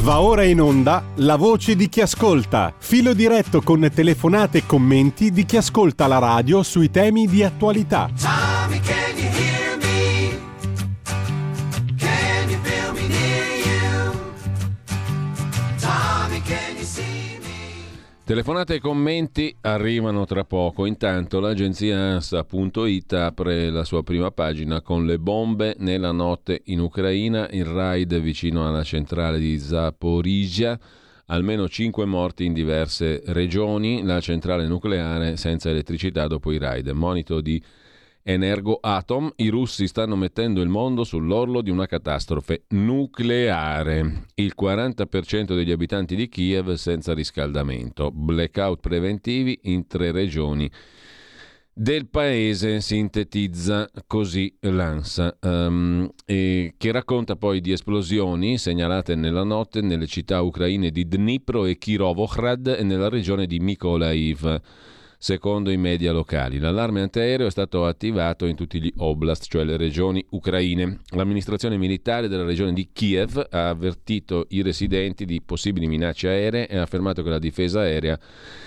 Va ora in onda La voce di chi ascolta, filo diretto con telefonate e commenti di chi ascolta la radio sui temi di attualità. Tommy, can you hear me? Can you feel me near you? Tommy, can you see me? Telefonate e commenti arrivano tra poco. Intanto l'agenzia ANSA.it apre la sua prima pagina con le bombe nella notte in Ucraina, il raid vicino alla centrale di Zaporizhzhia, almeno 5 morti in diverse regioni, la centrale nucleare senza elettricità dopo i raid. Monito di Energoatom, i russi stanno mettendo il mondo sull'orlo di una catastrofe nucleare. Il 40% degli abitanti di Kiev senza riscaldamento. Blackout preventivi in 3 regioni del paese, sintetizza così l'ANSA, che racconta poi di esplosioni segnalate nella notte nelle città ucraine di Dnipro e Kirovohrad e nella regione di Mykolaiv. Secondo i media locali, l'allarme antiaereo è stato attivato in tutti gli oblast, cioè le regioni ucraine. L'amministrazione militare della regione di Kiev ha avvertito i residenti di possibili minacce aeree e ha affermato che la difesa aerea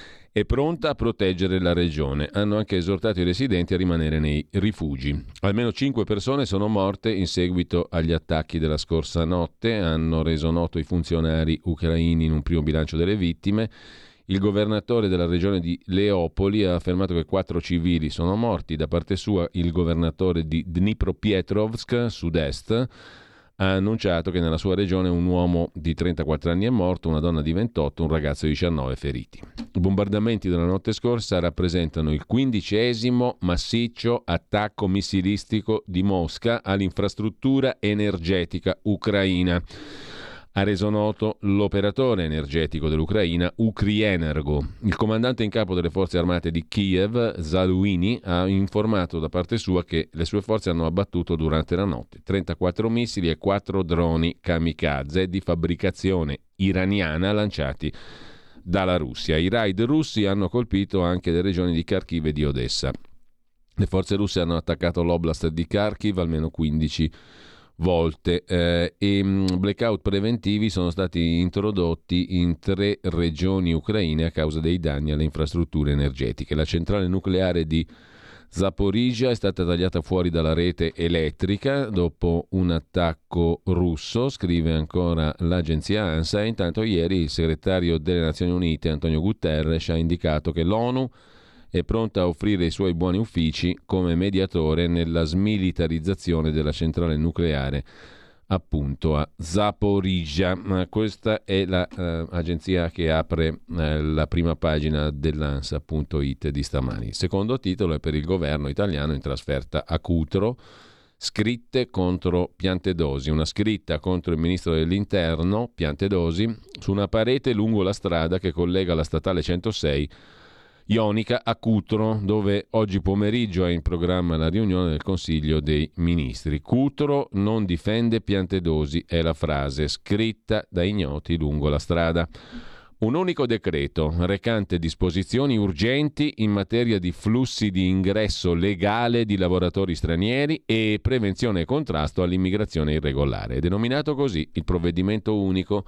è pronta a proteggere la regione. Hanno anche esortato i residenti a rimanere nei rifugi. Almeno 5 persone sono morte in seguito agli attacchi della scorsa notte, hanno reso noto i funzionari ucraini in un primo bilancio delle vittime. Il governatore della regione di Leopoli ha affermato che 4 civili sono morti. Da parte sua, il governatore di Dnipropetrovsk, sud-est, ha annunciato che nella sua regione un uomo di 34 anni è morto, una donna di 28, un ragazzo di 19 feriti. I bombardamenti della notte scorsa rappresentano il 15° massiccio attacco missilistico di Mosca all'infrastruttura energetica ucraina. Ha reso noto l'operatore energetico dell'Ucraina, Ukrienergo. Il comandante in capo delle forze armate di Kiev, Zaluini, ha informato da parte sua che le sue forze hanno abbattuto durante la notte 34 missili e 4 droni kamikaze di fabbricazione iraniana lanciati dalla Russia. I raid russi hanno colpito anche le regioni di Kharkiv e di Odessa. Le forze russe hanno attaccato l'oblast di Kharkiv almeno 15 volte e blackout preventivi sono stati introdotti in 3 regioni ucraine a causa dei danni alle infrastrutture energetiche. La centrale nucleare di Zaporizhzhia è stata tagliata fuori dalla rete elettrica dopo un attacco russo, scrive ancora l'agenzia ANSA, e intanto ieri il segretario delle Nazioni Unite Antonio Guterres ha indicato che l'ONU è pronta a offrire i suoi buoni uffici come mediatore nella smilitarizzazione della centrale nucleare appunto a Zaporizhzhia. Questa è l'agenzia che apre la prima pagina dell'ANSA.it di stamani. Il secondo titolo è per il governo italiano in trasferta a Cutro, scritte contro Piantedosi, una scritta contro il ministro dell'interno Piantedosi su una parete lungo la strada che collega la statale 106 Ionica a Cutro, dove oggi pomeriggio è in programma la riunione del Consiglio dei Ministri. Cutro non difende Piantedosi, è la frase scritta da ignoti lungo la strada. Un unico decreto recante disposizioni urgenti in materia di flussi di ingresso legale di lavoratori stranieri e prevenzione e contrasto all'immigrazione irregolare. È denominato così il provvedimento unico.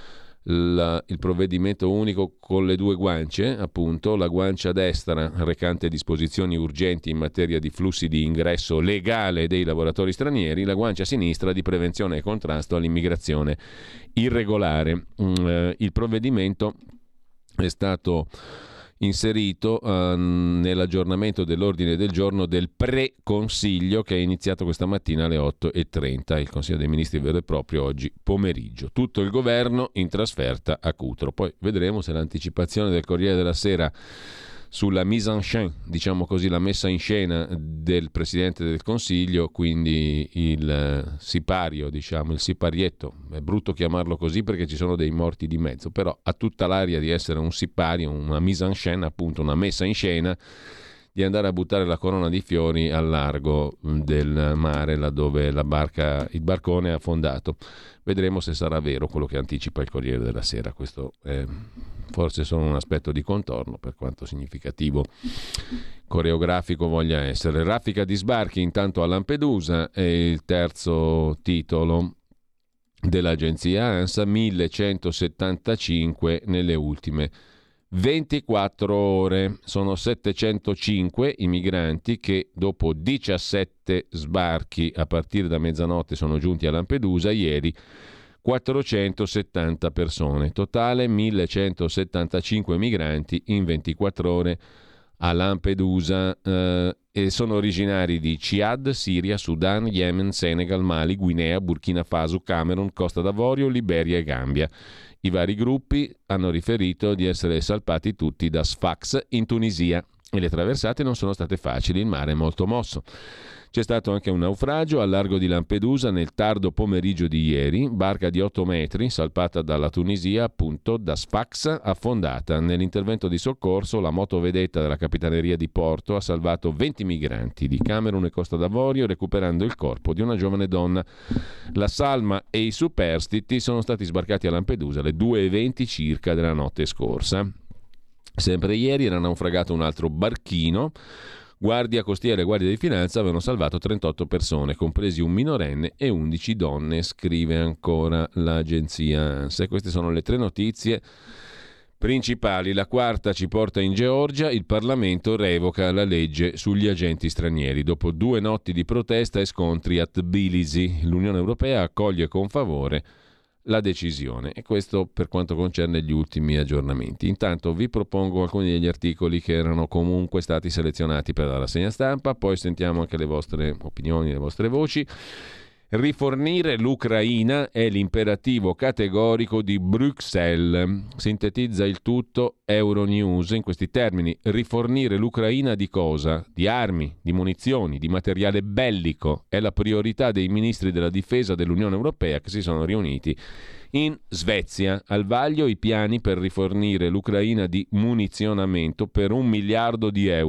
Il provvedimento unico con le 2 guance, appunto, la guancia destra recante disposizioni urgenti in materia di flussi di ingresso legale dei lavoratori stranieri, la guancia sinistra di prevenzione e contrasto all'immigrazione irregolare. Il provvedimento è stato inserito nell'aggiornamento dell'ordine del giorno del pre-consiglio che è iniziato questa mattina alle 8:30. Il Consiglio dei Ministri vero e proprio oggi pomeriggio. Tutto il governo in trasferta a Cutro. Poi vedremo se l'anticipazione del Corriere della Sera sulla mise en scène, diciamo così, la messa in scena del Presidente del Consiglio, quindi il sipario, diciamo, il siparietto, è brutto chiamarlo così perché ci sono dei morti di mezzo, però ha tutta l'aria di essere un sipario, una mise en scène, appunto una messa in scena, di andare a buttare la corona di fiori al largo del mare, laddove il barcone ha affondato. Vedremo se sarà vero quello che anticipa il Corriere della Sera. Questo è forse solo un aspetto di contorno, per quanto significativo coreografico voglia essere. Raffica di sbarchi intanto a Lampedusa è il terzo titolo dell'agenzia ANSA, 1175 nelle ultime 24 ore. Sono 705 i migranti che dopo 17 sbarchi a partire da mezzanotte sono giunti a Lampedusa. Ieri 470 persone, totale 1175 migranti in 24 ore a Lampedusa, e sono originari di Ciad, Siria, Sudan, Yemen, Senegal, Mali, Guinea, Burkina Faso, Camerun, Costa d'Avorio, Liberia e Gambia. I vari gruppi hanno riferito di essere salpati tutti da Sfax in Tunisia e le traversate non sono state facili, il mare è molto mosso. C'è stato anche un naufragio al largo di Lampedusa nel tardo pomeriggio di ieri, barca di 8 metri salpata dalla Tunisia, appunto da Sfax, affondata. Nell'intervento di soccorso la motovedetta della Capitaneria di Porto ha salvato 20 migranti di Camerun e Costa d'Avorio, recuperando il corpo di una giovane donna. La salma e i superstiti sono stati sbarcati a Lampedusa alle 2:20 circa della notte scorsa. Sempre ieri era naufragato un altro barchino. Guardia costiera e guardia di finanza avevano salvato 38 persone, compresi un minorenne e 11 donne, scrive ancora l'agenzia ANSA. Queste sono le 3 notizie principali. La quarta ci porta in Georgia. Il Parlamento revoca la legge sugli agenti stranieri. Dopo 2 notti di protesta e scontri a Tbilisi, l'Unione Europea accoglie con favore la decisione, e questo per quanto concerne gli ultimi aggiornamenti. Intanto vi propongo alcuni degli articoli che erano comunque stati selezionati per la rassegna stampa, poi sentiamo anche le vostre opinioni, le vostre voci. Rifornire l'Ucraina è l'imperativo categorico di Bruxelles. Sintetizza il tutto Euronews in questi termini: rifornire l'Ucraina di cosa? Di armi, di munizioni, di materiale bellico. È la priorità dei ministri della difesa dell'Unione Europea che si sono riuniti in Svezia. Al vaglio i piani per rifornire l'Ucraina di munizionamento per €1 miliardo.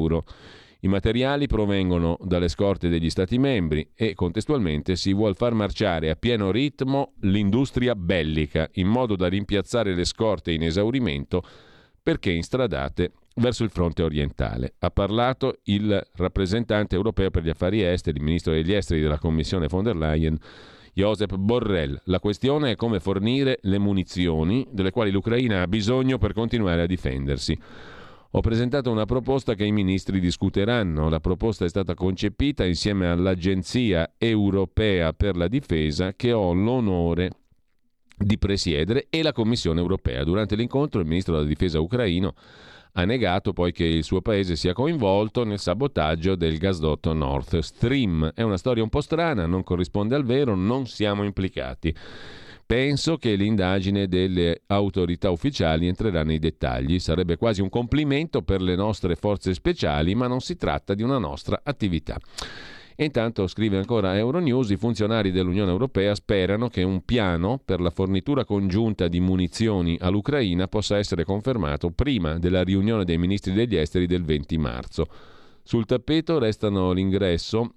I materiali provengono dalle scorte degli Stati membri e contestualmente si vuol far marciare a pieno ritmo l'industria bellica, in modo da rimpiazzare le scorte in esaurimento perché instradate verso il fronte orientale. Ha parlato il rappresentante europeo per gli affari esteri, il ministro degli esteri della Commissione von der Leyen, Josep Borrell. La questione è come fornire le munizioni delle quali l'Ucraina ha bisogno per continuare a difendersi. Ho presentato una proposta che i ministri discuteranno. La proposta è stata concepita insieme all'Agenzia Europea per la Difesa, che ho l'onore di presiedere, e la Commissione Europea. Durante l'incontro il ministro della Difesa ucraino ha negato poi che il suo paese sia coinvolto nel sabotaggio del gasdotto Nord Stream. È una storia un po' strana, non corrisponde al vero, non siamo implicati. Penso che l'indagine delle autorità ufficiali entrerà nei dettagli. Sarebbe quasi un complimento per le nostre forze speciali, ma non si tratta di una nostra attività. E intanto, scrive ancora Euronews, i funzionari dell'Unione Europea sperano che un piano per la fornitura congiunta di munizioni all'Ucraina possa essere confermato prima della riunione dei ministri degli esteri del 20 marzo. Sul tappeto resta l'ingresso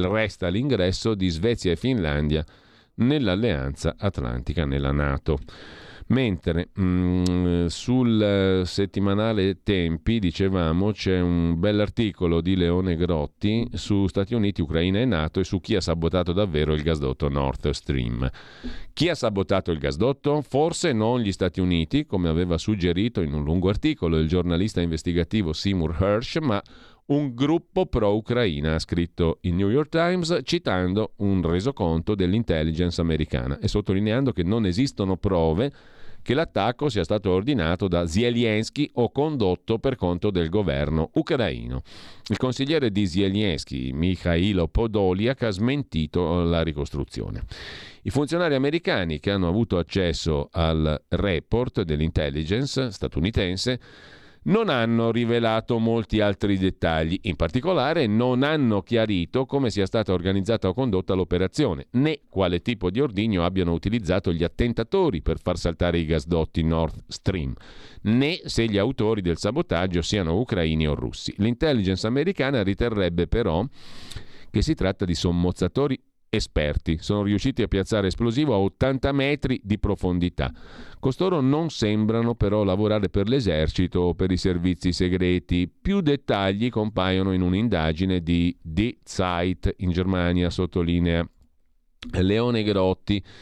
di Svezia e Finlandia nell'Alleanza Atlantica, nella NATO. Mentre sul settimanale Tempi, dicevamo, c'è un bell'articolo di Leone Grotti su Stati Uniti, Ucraina e NATO e su chi ha sabotato davvero il gasdotto Nord Stream. Chi ha sabotato il gasdotto? Forse non gli Stati Uniti, come aveva suggerito in un lungo articolo il giornalista investigativo Seymour Hersh, ma un gruppo pro-Ucraina, ha scritto il New York Times, citando un resoconto dell'intelligence americana e sottolineando che non esistono prove che l'attacco sia stato ordinato da Zelensky o condotto per conto del governo ucraino. Il consigliere di Zelensky, Mikhailo Podolyak, ha smentito la ricostruzione. I funzionari americani che hanno avuto accesso al report dell'intelligence statunitense non hanno rivelato molti altri dettagli. In particolare non hanno chiarito come sia stata organizzata o condotta l'operazione, né quale tipo di ordigno abbiano utilizzato gli attentatori per far saltare i gasdotti Nord Stream, né se gli autori del sabotaggio siano ucraini o russi. L'intelligence americana riterrebbe però che si tratta di sommozzatori esperti. Sono riusciti a piazzare esplosivo a 80 metri di profondità. Costoro non sembrano però lavorare per l'esercito o per i servizi segreti. Più dettagli compaiono in un'indagine di Die Zeit in Germania, sottolinea Leone Grotti.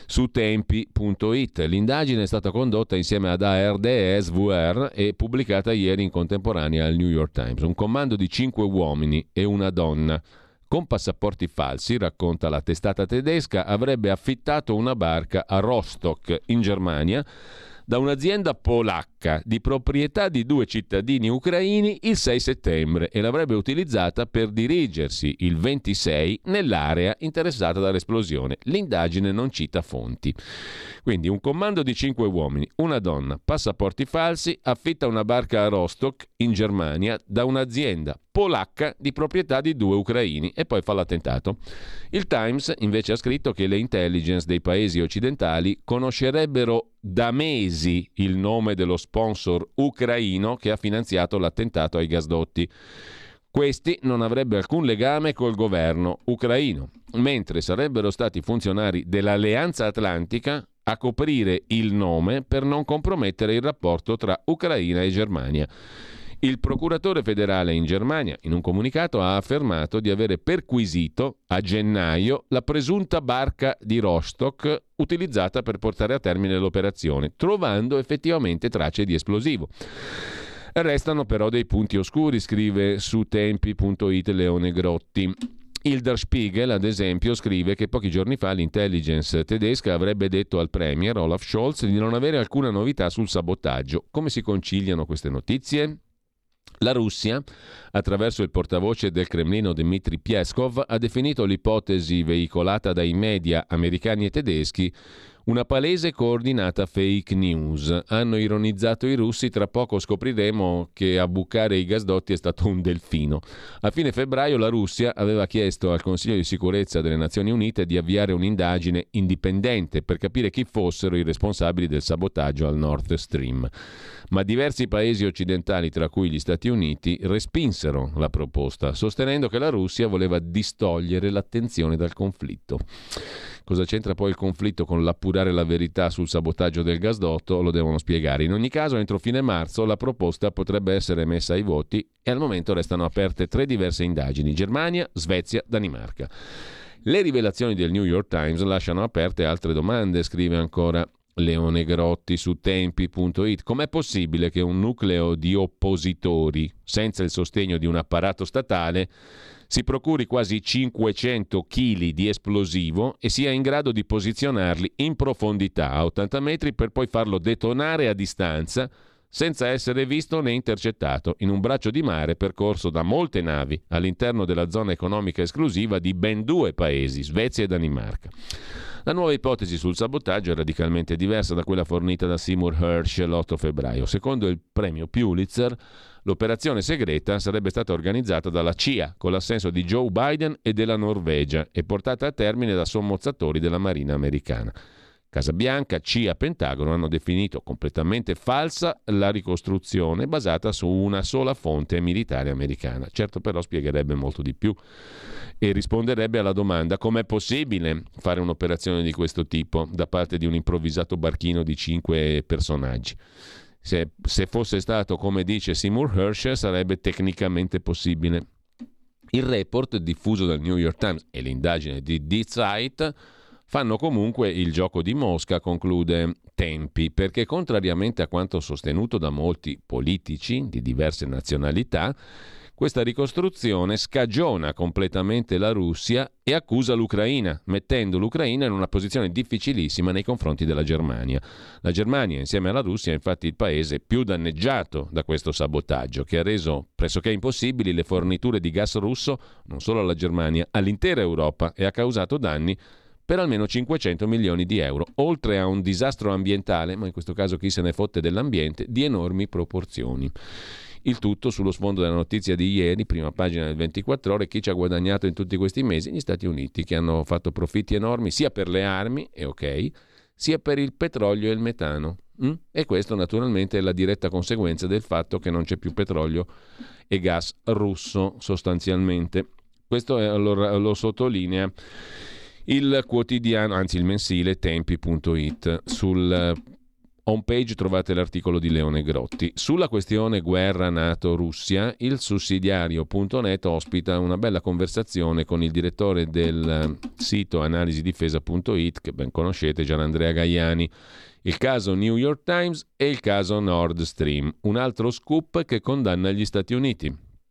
su tempi.it. L'indagine è stata condotta insieme ad ARD e SVR e pubblicata ieri in contemporanea al New York Times. Un comando di 5 uomini e una donna con passaporti falsi, racconta la testata tedesca, avrebbe affittato una barca a Rostock, in Germania, da un'azienda polacca di proprietà di 2 cittadini ucraini il 6 settembre e l'avrebbe utilizzata per dirigersi il 26 nell'area interessata dall'esplosione. L'indagine non cita fonti. Quindi un comando di 5 uomini, una donna, passaporti falsi, affitta una barca a Rostock, in Germania, da un'azienda polacca di proprietà di 2 ucraini e poi fa l'attentato. Il Times invece ha scritto che le intelligence dei paesi occidentali conoscerebbero da mesi il nome dello sponsor ucraino che ha finanziato l'attentato ai gasdotti. Questi non avrebbe alcun legame col governo ucraino, mentre sarebbero stati funzionari dell'Alleanza Atlantica a coprire il nome per non compromettere il rapporto tra Ucraina e Germania. Il procuratore federale in Germania, in un comunicato, ha affermato di avere perquisito a gennaio la presunta barca di Rostock utilizzata per portare a termine l'operazione, trovando effettivamente tracce di esplosivo. Restano però dei punti oscuri, scrive su tempi.it Leone Grotti. Il Der Spiegel, ad esempio, scrive che pochi giorni fa l'intelligence tedesca avrebbe detto al premier Olaf Scholz di non avere alcuna novità sul sabotaggio. Come si conciliano queste notizie? La Russia, attraverso il portavoce del Cremlino Dmitry Peskov, ha definito l'ipotesi veicolata dai media americani e tedeschi una palese coordinata fake news. Hanno ironizzato i russi, tra poco scopriremo che a bucare i gasdotti è stato un delfino. A fine febbraio la Russia aveva chiesto al Consiglio di sicurezza delle Nazioni Unite di avviare un'indagine indipendente per capire chi fossero i responsabili del sabotaggio al Nord Stream. Ma diversi paesi occidentali, tra cui gli Stati Uniti, respinsero la proposta, sostenendo che la Russia voleva distogliere l'attenzione dal conflitto. Cosa c'entra poi il conflitto con l'appurare la verità sul sabotaggio del gasdotto? Lo devono spiegare. In ogni caso, entro fine marzo la proposta potrebbe essere messa ai voti e al momento restano aperte 3 diverse indagini: Germania, Svezia, Danimarca. Le rivelazioni del New York Times lasciano aperte altre domande, scrive ancora Leone Grotti su tempi.it. Com'è possibile che un nucleo di oppositori, senza il sostegno di un apparato statale, si procuri quasi 500 kg di esplosivo e sia in grado di posizionarli in profondità a 80 metri per poi farlo detonare a distanza senza essere visto né intercettato in un braccio di mare percorso da molte navi all'interno della zona economica esclusiva di ben 2 paesi, Svezia e Danimarca. La nuova ipotesi sul sabotaggio è radicalmente diversa da quella fornita da Seymour Hersh l'8 febbraio. Secondo il premio Pulitzer, l'operazione segreta sarebbe stata organizzata dalla CIA con l'assenso di Joe Biden e della Norvegia e portata a termine da sommozzatori della Marina americana. Casa Bianca, CIA, Pentagono hanno definito completamente falsa la ricostruzione basata su una sola fonte militare americana. Certo, però spiegherebbe molto di più e risponderebbe alla domanda: com'è possibile fare un'operazione di questo tipo da parte di un improvvisato barchino di 5 personaggi? Se fosse stato come dice Seymour Hersh, sarebbe tecnicamente possibile. Il report diffuso dal New York Times e l'indagine di Die Zeit fanno comunque il gioco di Mosca, conclude Tempi, perché contrariamente a quanto sostenuto da molti politici di diverse nazionalità, questa ricostruzione scagiona completamente la Russia e accusa l'Ucraina, mettendo l'Ucraina in una posizione difficilissima nei confronti della Germania. La Germania, insieme alla Russia, è infatti il paese più danneggiato da questo sabotaggio, che ha reso pressoché impossibili le forniture di gas russo non solo alla Germania, all'intera Europa, e ha causato danni per almeno 500 milioni di euro, oltre a un disastro ambientale, ma in questo caso chi se ne fotte dell'ambiente, di enormi proporzioni. Il tutto sullo sfondo della notizia di ieri, prima pagina del 24 Ore, chi ci ha guadagnato in tutti questi mesi? Gli Stati Uniti, che hanno fatto profitti enormi sia per le armi, e ok, sia per il petrolio e il metano. E questo naturalmente è la diretta conseguenza del fatto che non c'è più petrolio e gas russo sostanzialmente. Questo lo sottolinea il quotidiano, anzi il mensile Tempi.it, sul home page trovate l'articolo di Leone Grotti. Sulla questione guerra NATO-Russia, il sussidiario.net ospita una bella conversazione con il direttore del sito analisidifesa.it, che ben conoscete, Gianandrea Gaiani. Il caso New York Times e il caso Nord Stream, un altro scoop che condanna gli Stati Uniti.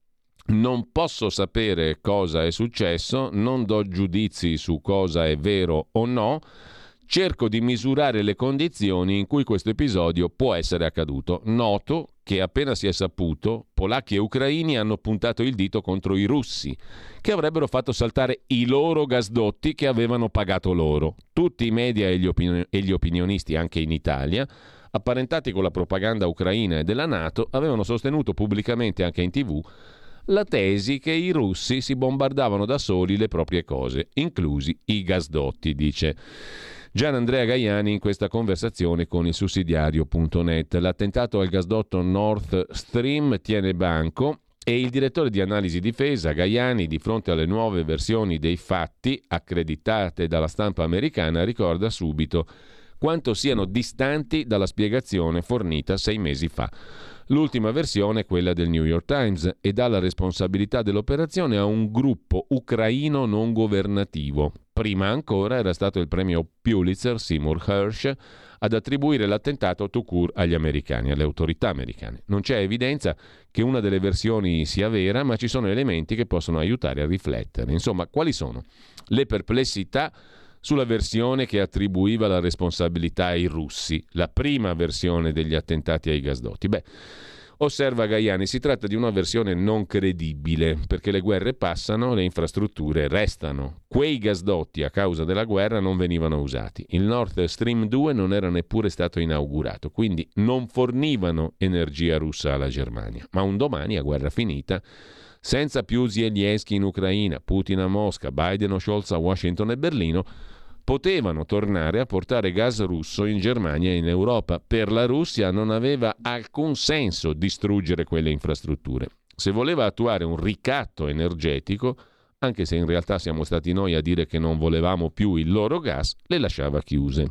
Non posso sapere cosa è successo, non do giudizi su cosa è vero o no, cerco di misurare le condizioni in cui questo episodio può essere accaduto. Noto che appena si è saputo, polacchi e ucraini hanno puntato il dito contro i russi, che avrebbero fatto saltare i loro gasdotti che avevano pagato loro. Tutti i media e gli opinionisti, anche in Italia, apparentati con la propaganda ucraina e della NATO, avevano sostenuto pubblicamente anche in TV la tesi che i russi si bombardavano da soli le proprie cose, inclusi i gasdotti, dice Gianandrea Gaiani in questa conversazione con il sussidiario.net. L'attentato al gasdotto Nord Stream tiene banco e il direttore di analisi difesa Gaiani, di fronte alle nuove versioni dei fatti accreditate dalla stampa americana, ricorda subito quanto siano distanti dalla spiegazione fornita 6 mesi fa. L'ultima versione è quella del New York Times e dà la responsabilità dell'operazione a un gruppo ucraino non governativo. Prima ancora era stato il premio Pulitzer Seymour Hersh ad attribuire l'attentato tout court agli americani, alle autorità americane. Non c'è evidenza che una delle versioni sia vera, ma ci sono elementi che possono aiutare a riflettere. Insomma, quali sono le perplessità sulla versione che attribuiva la responsabilità ai russi, la prima versione degli attentati ai gasdotti? Osserva Gaiani, si tratta di una versione non credibile, perché le guerre passano, le infrastrutture restano. Quei gasdotti a causa della guerra non venivano usati. Il Nord Stream 2 non era neppure stato inaugurato, quindi non fornivano energia russa alla Germania. Ma un domani, a guerra finita, senza più Zelensky in Ucraina, Putin a Mosca, Biden o Scholz a Washington e Berlino, potevano tornare a portare gas russo in Germania e in Europa. Per la Russia non aveva alcun senso distruggere quelle infrastrutture. Se voleva attuare un ricatto energetico, anche se in realtà siamo stati noi a dire che non volevamo più il loro gas, le lasciava chiuse.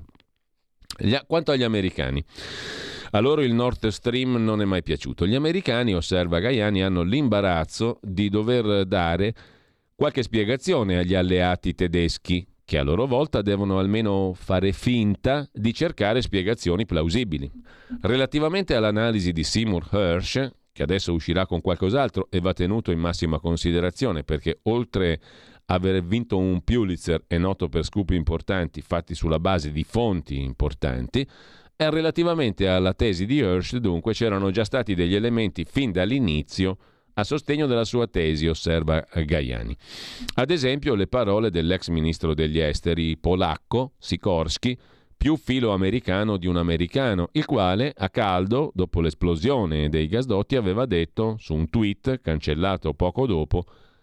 Quanto agli americani, a loro il Nord Stream non è mai piaciuto. Gli americani, osserva Gaiani, hanno l'imbarazzo di dover dare qualche spiegazione agli alleati tedeschi, che a loro volta devono almeno fare finta di cercare spiegazioni plausibili. Relativamente all'analisi di Seymour Hersh, che adesso uscirà con qualcos'altro e va tenuto in massima considerazione perché oltre a aver vinto un Pulitzer è noto per scoop importanti fatti sulla base di fonti importanti, e relativamente alla tesi di Hersh dunque c'erano già stati degli elementi fin dall'inizio a sostegno della sua tesi, osserva Gaiani. Ad esempio le parole dell'ex ministro degli esteri polacco, Sikorski, più filo americano di un americano, il quale a caldo, dopo l'esplosione dei gasdotti, aveva detto su un tweet cancellato poco dopo: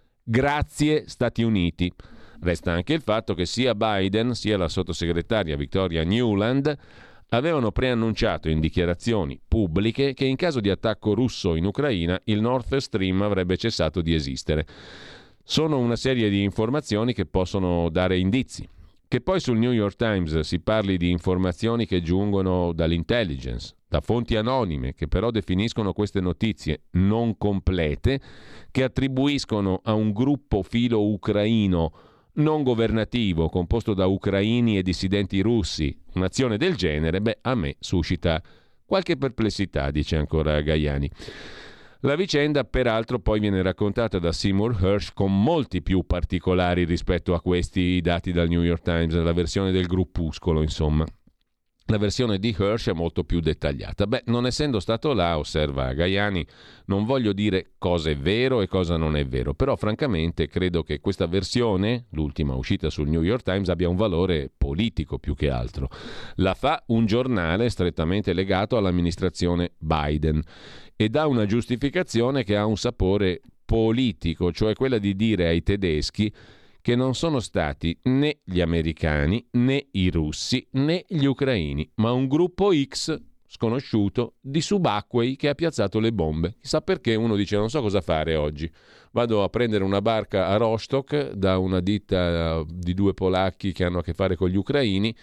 grazie Stati Uniti. Resta anche il fatto che sia Biden sia la sottosegretaria Victoria Nuland avevano preannunciato in dichiarazioni pubbliche che in caso di attacco russo in Ucraina il Nord Stream avrebbe cessato di esistere. Sono una serie di informazioni che possono dare indizi. Che poi sul New York Times si parli di informazioni che giungono dall'intelligence, da fonti anonime che però definiscono queste notizie non complete, che attribuiscono a un gruppo filo ucraino non governativo composto da ucraini e dissidenti russi un'azione del genere, a me suscita qualche perplessità, dice ancora Gaiani. La vicenda peraltro poi viene raccontata da Seymour Hersh con molti più particolari rispetto a questi dati dal New York Times, la versione del gruppuscolo insomma. La versione di Hersh è molto più dettagliata. Non essendo stato là, osserva Gaiani, non voglio dire cosa è vero e cosa non è vero, però francamente credo che questa versione, l'ultima uscita sul New York Times, abbia un valore politico più che altro. La fa un giornale strettamente legato all'amministrazione Biden e dà una giustificazione che ha un sapore politico, cioè quella di dire ai tedeschi che non sono stati né gli americani, né i russi, né gli ucraini, ma un gruppo X sconosciuto di subacquei che ha piazzato le bombe. Chissà perché uno dice non so cosa fare oggi, vado a prendere una barca a Rostock da una ditta di 2 polacchi che hanno a che fare con gli ucraini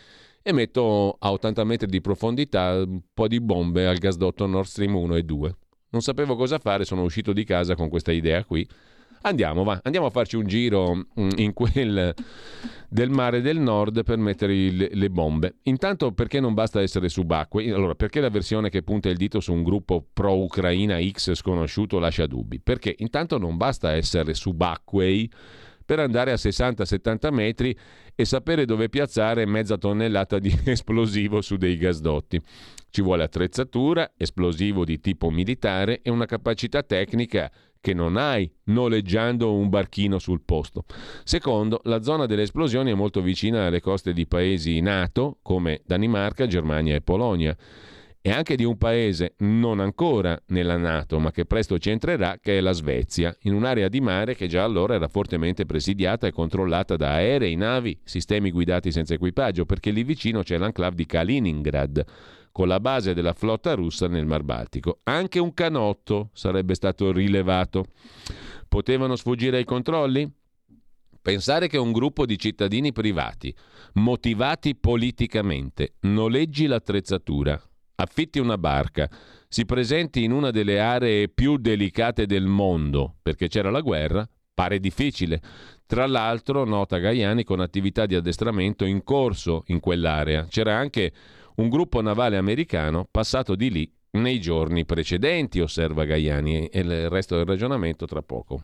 e metto a 80 metri di profondità un po' di bombe al gasdotto Nord Stream 1 e 2. Non sapevo cosa fare, sono uscito di casa con questa idea qui. Andiamo a farci un giro in quel del mare del nord per mettere le bombe. Intanto, perché non basta essere subacquei? Allora, perché la versione che punta il dito su un gruppo pro-Ucraina X sconosciuto lascia dubbi? Perché intanto non basta essere subacquei per andare a 60-70 metri e sapere dove piazzare mezza tonnellata di esplosivo su dei gasdotti. Ci vuole attrezzatura, esplosivo di tipo militare e una capacità tecnica che non hai noleggiando un barchino sul posto. Secondo, la zona delle esplosioni è molto vicina alle coste di paesi NATO come Danimarca, Germania e Polonia, e anche di un paese non ancora nella NATO, ma che presto ci entrerà, che è la Svezia, in un'area di mare che già allora era fortemente presidiata e controllata da aerei, navi, sistemi guidati senza equipaggio, perché lì vicino c'è l'enclave di Kaliningrad, con la base della flotta russa nel Mar Baltico. Anche un canotto sarebbe stato rilevato. Potevano sfuggire ai controlli? Pensare che un gruppo di cittadini privati, motivati politicamente, noleggi l'attrezzatura, affitti una barca, si presenti in una delle aree più delicate del mondo, perché c'era la guerra, pare difficile. Tra l'altro, nota Gajani, con attività di addestramento in corso in quell'area. C'era anche un gruppo navale americano passato di lì nei giorni precedenti, osserva Gajani, e il resto del ragionamento tra poco.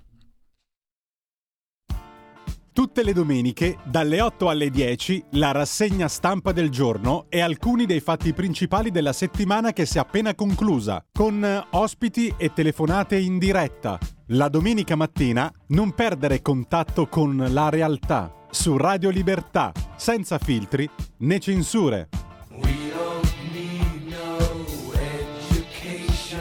Tutte le domeniche, dalle 8 alle 10, la rassegna stampa del giorno e alcuni dei fatti principali della settimana che si è appena conclusa, con ospiti e telefonate in diretta. La domenica mattina non perdere contatto con la realtà, su Radio Libertà, senza filtri né censure. We don't need no education.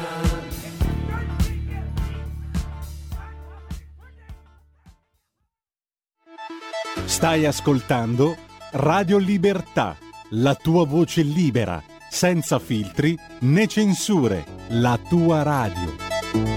Stai ascoltando Radio Libertà, la tua voce libera, senza filtri né censure, la tua radio.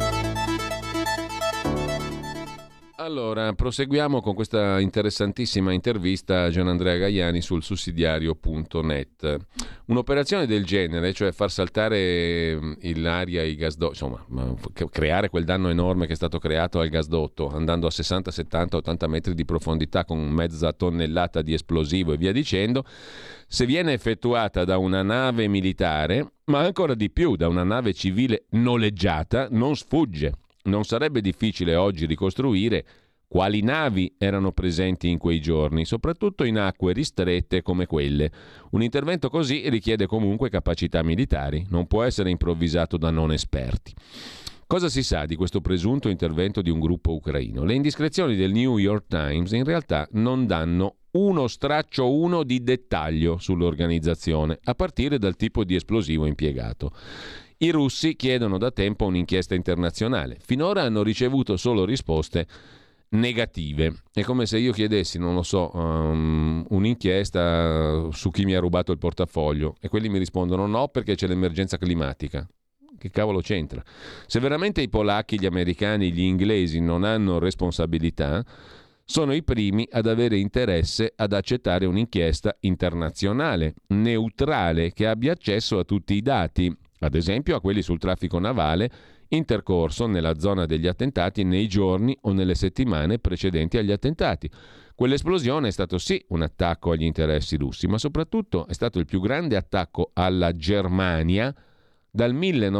Allora, proseguiamo con questa interessantissima intervista a Gianandrea Gajani sul sussidiario.net. Un'operazione del genere, cioè far saltare l'aria ai gasdotti, insomma, creare quel danno enorme che è stato creato al gasdotto, andando a 60, 70, 80 metri di profondità con mezza tonnellata di esplosivo e via dicendo, se viene effettuata da una nave militare, ma ancora di più da una nave civile noleggiata, non sfugge. Non sarebbe difficile oggi ricostruire quali navi erano presenti in quei giorni, soprattutto in acque ristrette come quelle. Un intervento così richiede comunque capacità militari, non può essere improvvisato da non esperti. Cosa si sa di questo presunto intervento di un gruppo ucraino? Le indiscrezioni del New York Times in realtà non danno uno straccio di dettaglio sull'organizzazione, a partire dal tipo di esplosivo impiegato. I russi chiedono da tempo un'inchiesta internazionale. Finora hanno ricevuto solo risposte negative. È come se io chiedessi, non lo so, un'inchiesta su chi mi ha rubato il portafoglio e quelli mi rispondono no perché c'è l'emergenza climatica. Che cavolo c'entra? Se veramente i polacchi, gli americani, gli inglesi non hanno responsabilità, sono i primi ad avere interesse ad accettare un'inchiesta internazionale, neutrale, che abbia accesso a tutti i dati, ad esempio a quelli sul traffico navale intercorso nella zona degli attentati nei giorni o nelle settimane precedenti agli attentati. Quell'esplosione è stato sì un attacco agli interessi russi, ma soprattutto è stato il più grande attacco alla Germania dal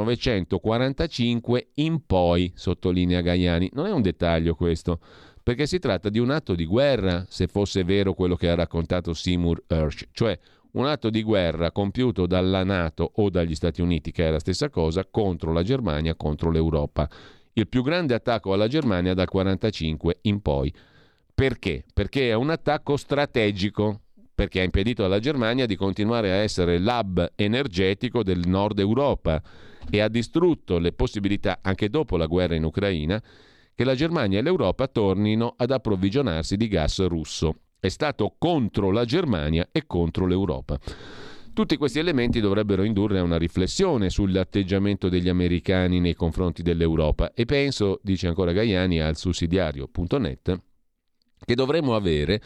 1945 in poi, sottolinea Gajani. Non è un dettaglio questo, perché si tratta di un atto di guerra, se fosse vero quello che ha raccontato Seymour Hersh, cioè un atto di guerra compiuto dalla NATO o dagli Stati Uniti, che è la stessa cosa, contro la Germania, contro l'Europa. Il più grande attacco alla Germania dal 1945 in poi. Perché? Perché è un attacco strategico, perché ha impedito alla Germania di continuare a essere l'hub energetico del nord Europa e ha distrutto le possibilità, anche dopo la guerra in Ucraina, che la Germania e l'Europa tornino ad approvvigionarsi di gas russo. È stato contro la Germania e contro l'Europa. Tutti questi elementi dovrebbero indurre a una riflessione sull'atteggiamento degli americani nei confronti dell'Europa e penso, dice ancora Gajani al sussidiario.net, che dovremmo avere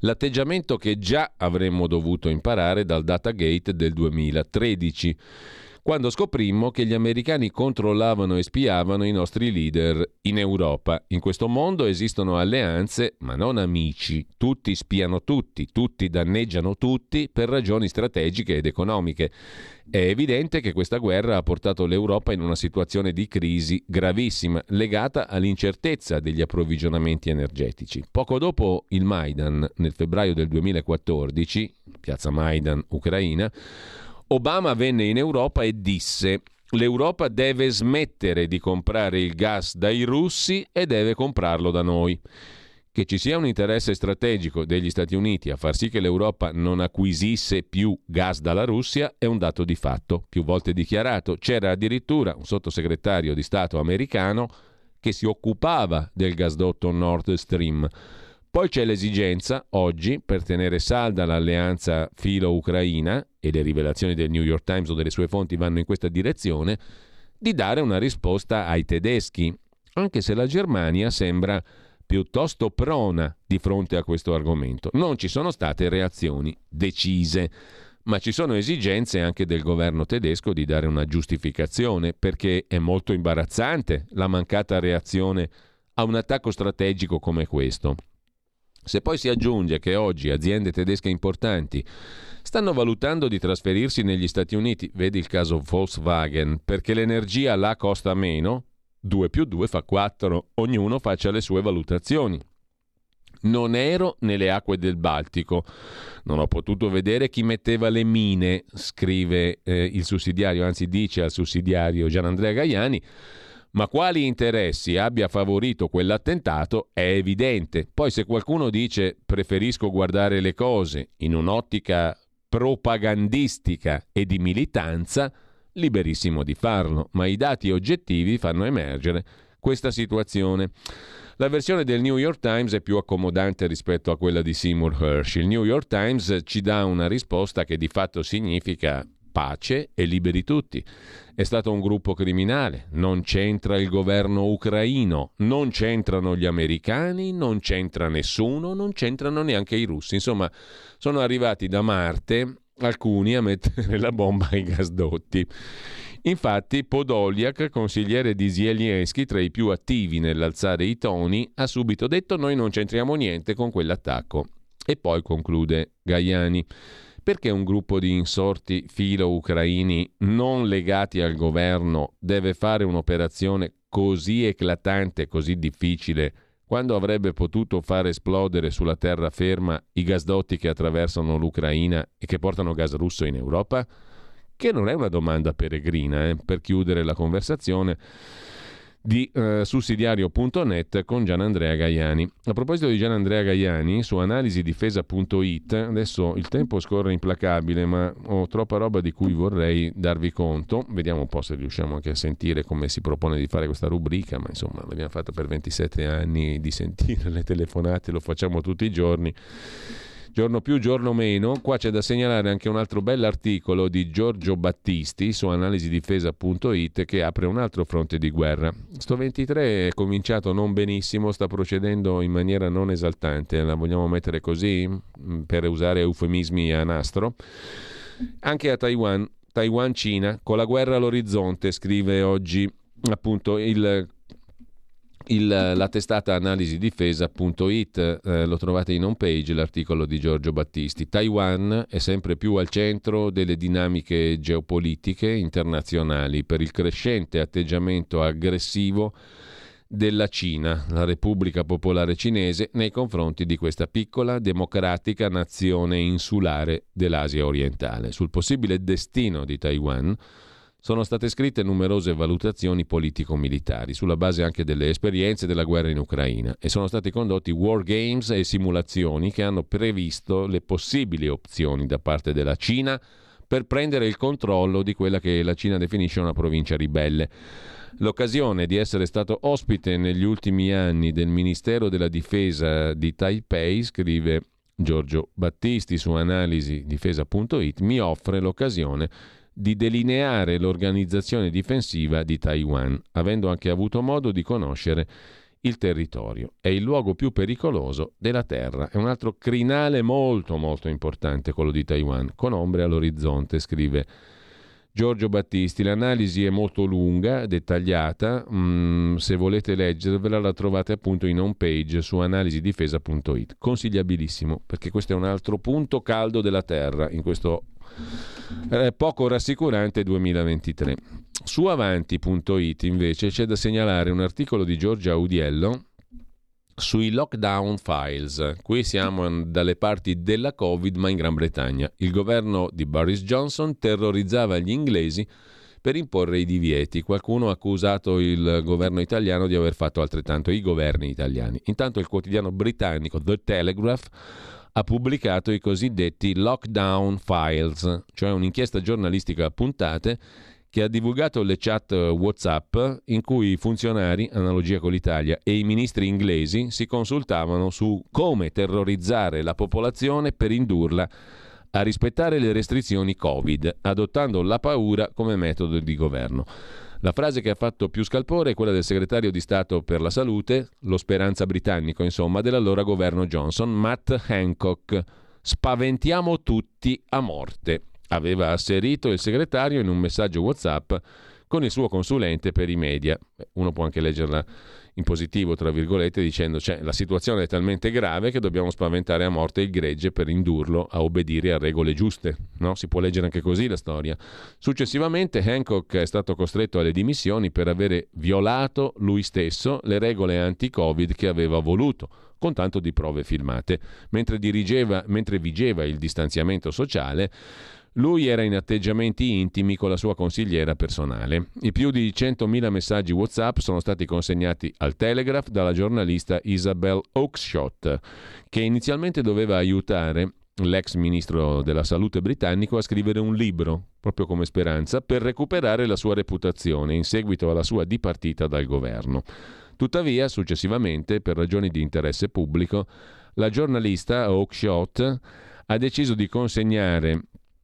L'atteggiamento che già avremmo dovuto imparare dal Datagate del 2013, quando scoprimmo che gli americani controllavano e spiavano i nostri leader in Europa. In questo mondo esistono alleanze, ma non amici. Tutti spiano tutti, tutti danneggiano tutti per ragioni strategiche ed economiche. È evidente che questa guerra ha portato l'Europa in una situazione di crisi gravissima, legata all'incertezza degli approvvigionamenti energetici. Poco dopo il Maidan, nel febbraio del 2014, piazza Maidan, Ucraina, Obama venne in Europa e disse: l'Europa deve smettere di comprare il gas dai russi e deve comprarlo da noi. Che ci sia un interesse strategico degli Stati Uniti a far sì che l'Europa non acquisisse più gas dalla Russia è un dato di fatto, più volte dichiarato. C'era addirittura un sottosegretario di Stato americano che si occupava del gasdotto Nord Stream. Poi c'è l'esigenza, oggi, per tenere salda l'alleanza filo-ucraina, e le rivelazioni del New York Times o delle sue fonti vanno in questa direzione, di dare una risposta ai tedeschi, anche se la Germania sembra piuttosto prona di fronte a questo argomento. Non ci sono state reazioni decise, ma ci sono esigenze anche del governo tedesco di dare una giustificazione, perché è molto imbarazzante la mancata reazione a un attacco strategico come questo. Se poi si aggiunge che oggi aziende tedesche importanti stanno valutando di trasferirsi negli Stati Uniti, vedi il caso Volkswagen, perché l'energia là costa meno, 2 più 2 fa 4, ognuno faccia le sue valutazioni. Non ero nelle acque del Baltico, non ho potuto vedere chi metteva le mine, scrive il sussidiario, anzi dice al sussidiario Gianandrea Gaiani, ma quali interessi abbia favorito quell'attentato è evidente. Poi se qualcuno dice preferisco guardare le cose in un'ottica propagandistica e di militanza, liberissimo di farlo, ma i dati oggettivi fanno emergere questa situazione. La versione del New York Times è più accomodante rispetto a quella di Seymour Hersh. Il New York Times ci dà una risposta che di fatto significa pace e liberi tutti. È stato un gruppo criminale, non c'entra il governo ucraino, non c'entrano gli americani, non c'entra nessuno, non c'entrano neanche i russi. Insomma, sono arrivati da Marte alcuni a mettere la bomba ai gasdotti. Infatti Podolyak, consigliere di Zelensky, tra i più attivi nell'alzare i toni, ha subito detto noi non c'entriamo niente con quell'attacco. E poi conclude Gaiani: perché un gruppo di insorti filo-ucraini non legati al governo deve fare un'operazione così eclatante, così difficile, quando avrebbe potuto far esplodere sulla terraferma i gasdotti che attraversano l'Ucraina e che portano gas russo in Europa? Che non è una domanda peregrina, per chiudere la conversazione di sussidiario.net con Gianandrea Gaiani. A proposito di Gianandrea Gaiani, su analisidifesa.it, adesso il tempo scorre implacabile, ma ho troppa roba di cui vorrei darvi conto. Vediamo un po' se riusciamo anche a sentire come si propone di fare questa rubrica, ma insomma l'abbiamo fatta per 27 anni di sentire le telefonate, lo facciamo tutti i giorni. Giorno più, giorno meno. Qua c'è da segnalare anche un altro bell'articolo di Giorgio Battisti su analisidifesa.it che apre un altro fronte di guerra. Sto 23 è cominciato non benissimo, sta procedendo in maniera non esaltante, la vogliamo mettere così per usare eufemismi a nastro. Anche a Taiwan, Cina, con la guerra all'orizzonte, scrive oggi appunto la testata analisidifesa.it, lo trovate in home page l'articolo di Giorgio Battisti. Taiwan è sempre più al centro delle dinamiche geopolitiche internazionali per il crescente atteggiamento aggressivo della Cina, la Repubblica Popolare Cinese, nei confronti di questa piccola, democratica nazione insulare dell'Asia orientale. Sul possibile destino di Taiwan sono state scritte numerose valutazioni politico-militari, sulla base anche delle esperienze della guerra in Ucraina, e sono stati condotti war games e simulazioni che hanno previsto le possibili opzioni da parte della Cina per prendere il controllo di quella che la Cina definisce una provincia ribelle. L'occasione di essere stato ospite negli ultimi anni del Ministero della Difesa di Taipei, scrive Giorgio Battisti su analisidifesa.it, mi offre l'occasione di delineare l'organizzazione difensiva di Taiwan, avendo anche avuto modo di conoscere il territorio. È il luogo più pericoloso della Terra. È un altro crinale molto molto importante, quello di Taiwan, con ombre all'orizzonte, scrive Giorgio Battisti. L'analisi è molto lunga, dettagliata, se volete leggervela la trovate appunto in home page su analisidifesa.it. Consigliabilissimo, perché questo è un altro punto caldo della Terra in questo poco rassicurante 2023. Su avanti.it invece c'è da segnalare un articolo di Giorgia Audiello sui lockdown files. Qui siamo dalle parti della Covid, ma in Gran Bretagna. Il governo di Boris Johnson terrorizzava gli inglesi per imporre i divieti. Qualcuno ha accusato il governo italiano di aver fatto altrettanto, i governi italiani. Intanto il quotidiano britannico The Telegraph ha pubblicato i cosiddetti lockdown files, cioè un'inchiesta giornalistica a puntate che ha divulgato le chat WhatsApp in cui i funzionari, analogia con l'Italia, e i ministri inglesi si consultavano su come terrorizzare la popolazione per indurla a rispettare le restrizioni Covid, adottando la paura come metodo di governo. La frase che ha fatto più scalpore è quella del segretario di Stato per la Salute, lo speranza britannico, insomma, dell'allora governo Johnson, Matt Hancock. Spaventiamo tutti a morte, aveva asserito il segretario in un messaggio WhatsApp con il suo consulente per i media. Uno può anche leggerla in positivo, tra virgolette, dicendo la situazione è talmente grave che dobbiamo spaventare a morte il gregge per indurlo a obbedire a regole giuste. No? Si può leggere anche così la storia. Successivamente Hancock è stato costretto alle dimissioni per avere violato lui stesso le regole anti-Covid che aveva voluto, con tanto di prove filmate. Mentre vigeva il distanziamento sociale, lui era in atteggiamenti intimi con la sua consigliera personale. I più di 100.000 messaggi WhatsApp sono stati consegnati al Telegraph dalla giornalista Isabel Oakeshott, che inizialmente doveva aiutare l'ex ministro della salute britannico a scrivere un libro, proprio come speranza, per recuperare la sua reputazione in seguito alla sua dipartita dal governo. Tuttavia, successivamente, per ragioni di interesse pubblico, la giornalista Oakeshott ha deciso di consegnare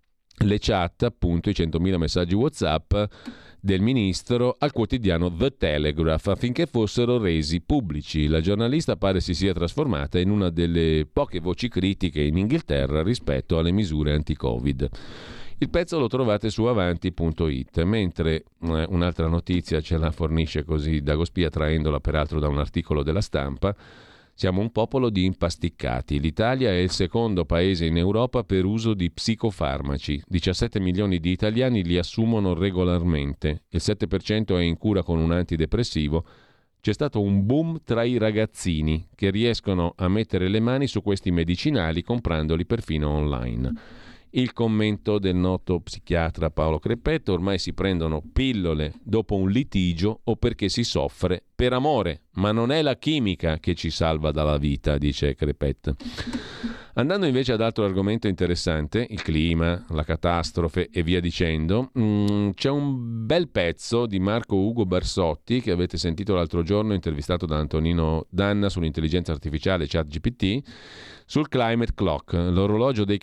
le chat, appunto i 100.000 messaggi WhatsApp del ministro, al quotidiano The Telegraph affinché fossero resi pubblici. La giornalista pare si sia trasformata in una delle poche voci critiche in Inghilterra rispetto alle misure anti-Covid. Il pezzo lo trovate su avanti.it, mentre un'altra notizia ce la fornisce così Dagospia, traendola peraltro da un articolo della Stampa. Siamo un popolo di impasticcati. L'Italia è il secondo paese in Europa per uso di psicofarmaci. 17 milioni di italiani li assumono regolarmente. Il 7% è in cura con un antidepressivo. C'è stato un boom tra i ragazzini che riescono a mettere le mani su questi medicinali comprandoli perfino online. Il commento del noto psichiatra Paolo Crepetto: ormai si prendono pillole dopo un litigio o perché si soffre per amore, ma non è la chimica che ci salva dalla vita, dice Crepetto. Andando invece ad altro argomento interessante, il clima, la catastrofe e via dicendo, c'è un bel pezzo di Marco Ugo Barsotti che avete sentito l'altro giorno, intervistato da Antonino Danna sull'intelligenza artificiale ChatGPT, sul Climate Clock, l'orologio dei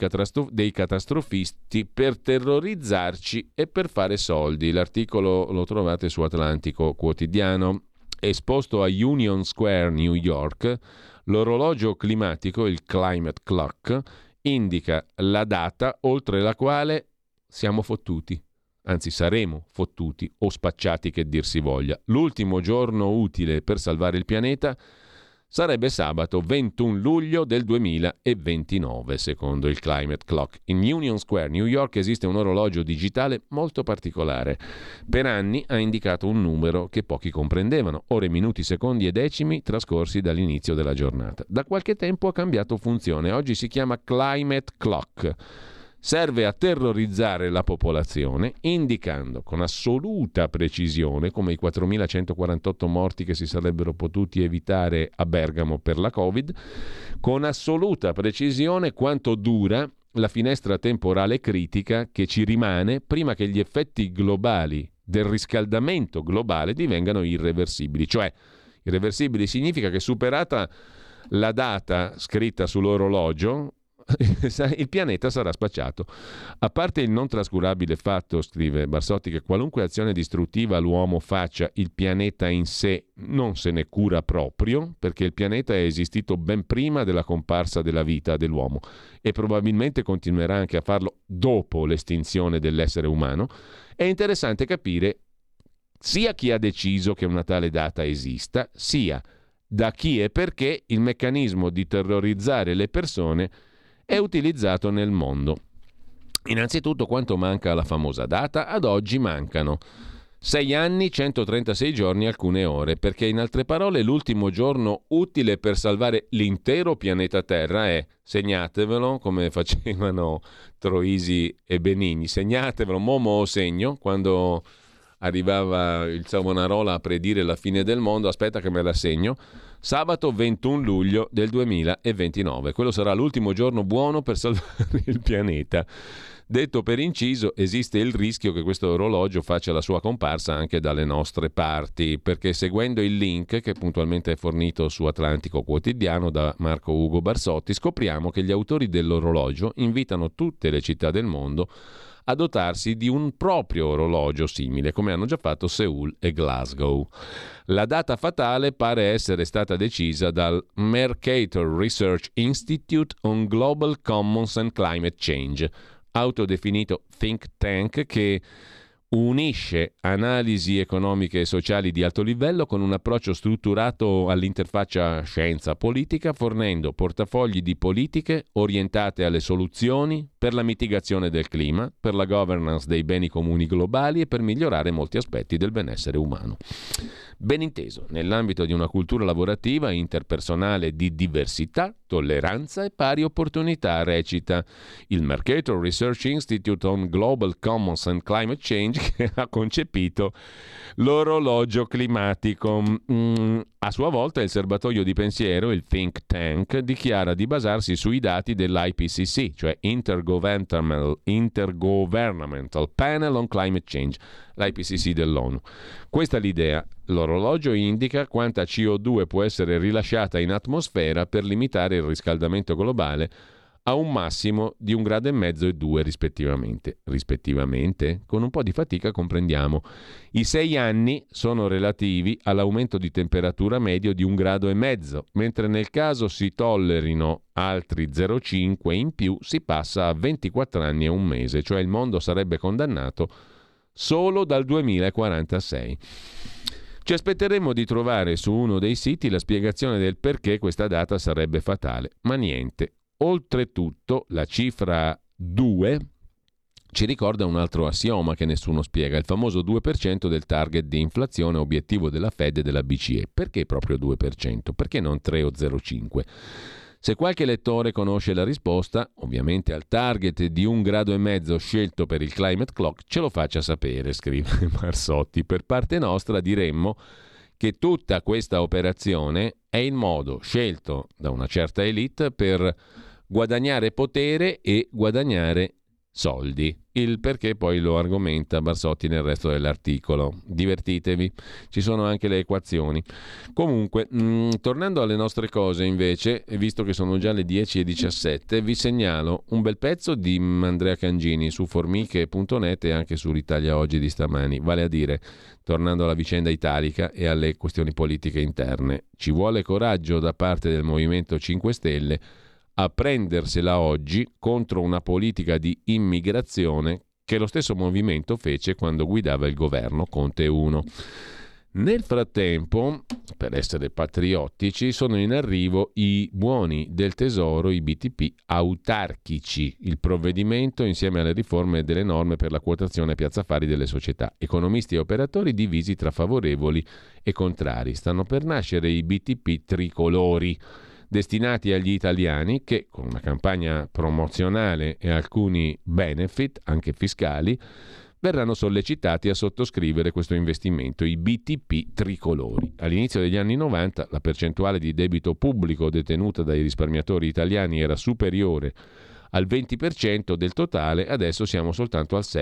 catastrofisti per terrorizzarci e per fare soldi. L'articolo lo trovate su Atlantico Quotidiano. Esposto a Union Square, New York, l'orologio climatico, il Climate Clock, indica la data oltre la quale siamo fottuti. Anzi, saremo fottuti o spacciati, che dir si voglia. L'ultimo giorno utile per salvare il pianeta sarebbe sabato 21 luglio del 2029, secondo il Climate Clock. In Union Square, New York, esiste un orologio digitale molto particolare. Per anni ha indicato un numero che pochi comprendevano: ore, minuti, secondi e decimi trascorsi dall'inizio della giornata. Da qualche tempo ha cambiato funzione. Oggi si chiama Climate Clock. Serve a terrorizzare la popolazione, indicando con assoluta precisione, come i 4.148 morti che si sarebbero potuti evitare a Bergamo per la Covid, con assoluta precisione quanto dura la finestra temporale critica che ci rimane prima che gli effetti globali del riscaldamento globale divengano irreversibili. Cioè, irreversibili significa che, superata la data scritta sull'orologio, il pianeta sarà spacciato. A parte il non trascurabile fatto, scrive Barsotti, che qualunque azione distruttiva l'uomo faccia, il pianeta in sé non se ne cura proprio, perché il pianeta è esistito ben prima della comparsa della vita dell'uomo e probabilmente continuerà anche a farlo dopo l'estinzione dell'essere umano. È interessante capire sia chi ha deciso che una tale data esista, sia da chi e perché il meccanismo di terrorizzare le persone è utilizzato nel mondo. Innanzitutto, quanto manca alla famosa data? Ad oggi mancano 6 anni, 136 giorni, alcune ore, perché in altre parole l'ultimo giorno utile per salvare l'intero pianeta Terra è, segnatevelo come facevano Troisi e Benigni, segnatevelo, momo segno, quando arrivava il Savonarola a predire la fine del mondo, aspetta che me la segno, sabato 21 luglio del 2029. Quello sarà l'ultimo giorno buono per salvare il pianeta. Detto per inciso, esiste il rischio che questo orologio faccia la sua comparsa anche dalle nostre parti, perché seguendo il link che puntualmente è fornito su Atlantico Quotidiano da Marco Ugo Barsotti, scopriamo che gli autori dell'orologio invitano tutte le città del mondo a dotarsi di un proprio orologio simile, come hanno già fatto Seul e Glasgow. La data fatale pare essere stata decisa dal Mercator Research Institute on Global Commons and Climate Change, autodefinito think tank che unisce analisi economiche e sociali di alto livello con un approccio strutturato all'interfaccia scienza-politica, fornendo portafogli di politiche orientate alle soluzioni per la mitigazione del clima, per la governance dei beni comuni globali e per migliorare molti aspetti del benessere umano. Ben inteso, nell'ambito di una cultura lavorativa interpersonale di diversità, tolleranza e pari opportunità, recita il Mercator Research Institute on Global Commons and Climate Change, che ha concepito l'orologio climatico. A sua volta il serbatoio di pensiero, il think tank, dichiara di basarsi sui dati dell'IPCC, cioè Intergovernmental Panel on Climate Change, l'IPCC dell'ONU. Questa è l'idea. L'orologio indica quanta CO2 può essere rilasciata in atmosfera per limitare il riscaldamento globale a un massimo di 1,5 gradi e 2 rispettivamente. Rispettivamente? Con un po' di fatica comprendiamo. I 6 anni sono relativi all'aumento di temperatura medio di 1,5 gradi, mentre nel caso si tollerino altri 0,5 in più si passa a 24 anni e un mese, cioè il mondo sarebbe condannato solo dal 2046. Ci aspetteremmo di trovare su uno dei siti la spiegazione del perché questa data sarebbe fatale, ma niente. Oltretutto, la cifra 2 ci ricorda un altro assioma che nessuno spiega, il famoso 2% del target di inflazione obiettivo della Fed e della BCE. Perché proprio 2%? Perché non 3 o 0,5? Se qualche lettore conosce la risposta, ovviamente al target di 1,5 gradi scelto per il climate clock, ce lo faccia sapere, scrive Barsotti. Per parte nostra diremmo che tutta questa operazione è il modo scelto da una certa elite per guadagnare potere e guadagnare soldi. Il perché poi lo argomenta Barsotti nel resto dell'articolo. Divertitevi, ci sono anche le equazioni. Comunque, tornando alle nostre cose invece, visto che sono già le 10:17, vi segnalo un bel pezzo di Andrea Cangini su formiche.net e anche sull'Italia Oggi di stamani, vale a dire, tornando alla vicenda italica e alle questioni politiche interne. Ci vuole coraggio da parte del Movimento 5 Stelle a prendersela oggi contro una politica di immigrazione che lo stesso movimento fece quando guidava il governo Conte 1. Nel frattempo, per essere patriottici, sono in arrivo i buoni del tesoro, i BTP autarchici, il provvedimento insieme alle riforme delle norme per la quotazione a piazza affari delle società. Economisti e operatori divisi tra favorevoli e contrari. Stanno per nascere i BTP tricolori, destinati agli italiani che, con una campagna promozionale e alcuni benefit, anche fiscali, verranno sollecitati a sottoscrivere questo investimento, i BTP tricolori. All'inizio degli anni 90 la percentuale di debito pubblico detenuta dai risparmiatori italiani era superiore al 20% del totale, adesso siamo soltanto al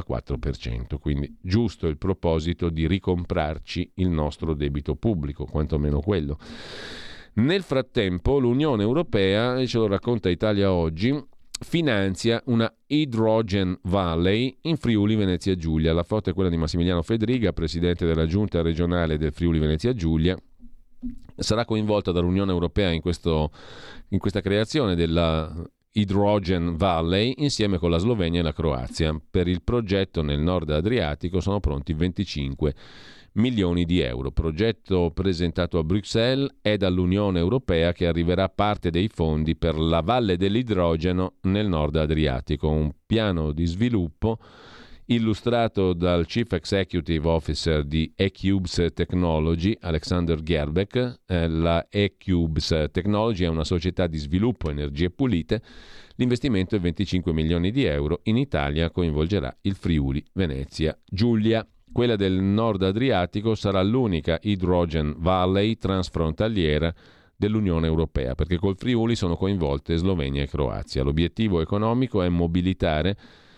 6,4%, quindi giusto il proposito di ricomprarci il nostro debito pubblico, quantomeno quello. Nel frattempo l'Unione Europea, e ce lo racconta Italia Oggi, finanzia una Hydrogen Valley in Friuli Venezia Giulia. La foto è quella di Massimiliano Fedriga, presidente della giunta regionale del Friuli Venezia Giulia. Sarà coinvolta dall'Unione Europea in questa creazione della Hydrogen Valley insieme con la Slovenia e la Croazia. Per il progetto nel nord Adriatico sono pronti 25 milioni di euro. Progetto presentato a Bruxelles è dall'Unione Europea che arriverà parte dei fondi per la Valle dell'Idrogeno nel nord Adriatico, un piano di sviluppo illustrato dal Chief Executive Officer di eCubes Technology, Alexander Gerbeck. La eCubes Technology è una società di sviluppo energie pulite. L'investimento è 25 milioni di euro. In Italia coinvolgerà il Friuli Venezia Giulia. Quella del Nord Adriatico sarà l'unica Hydrogen Valley transfrontaliera dell'Unione Europea, perché col Friuli sono coinvolte Slovenia e Croazia. L'obiettivo economico è mobilitare